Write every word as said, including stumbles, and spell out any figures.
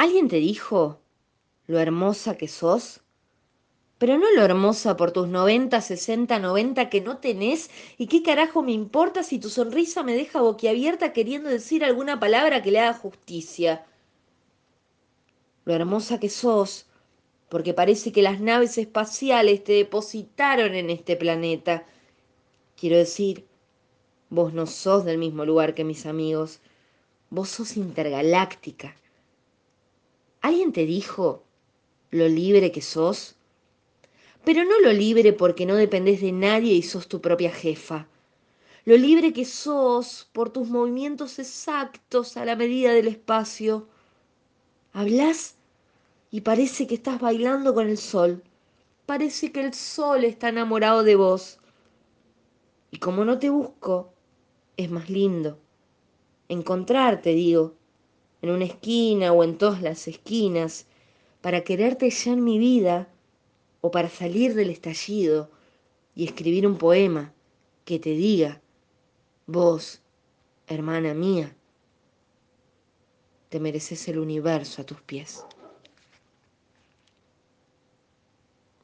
¿Alguien te dijo lo hermosa que sos? Pero no lo hermosa por tus noventa, sesenta, noventa que no tenés. ¿Y qué carajo me importa si tu sonrisa me deja boquiabierta queriendo decir alguna palabra que le haga justicia? Lo hermosa que sos, porque parece que las naves espaciales te depositaron en este planeta. Quiero decir, vos no sos del mismo lugar que mis amigos. Vos sos intergaláctica. ¿Alguien te dijo lo libre que sos? Pero no lo libre porque no dependés de nadie y sos tu propia jefa. Lo libre que sos por tus movimientos exactos a la medida del espacio. Hablas y parece que estás bailando con el sol. Parece que el sol está enamorado de vos. Y como no te busco, es más lindo. Encontrarte, digo, en una esquina o en todas las esquinas, para quererte ya en mi vida o para salir del estallido y escribir un poema que te diga, vos, hermana mía, te mereces el universo a tus pies.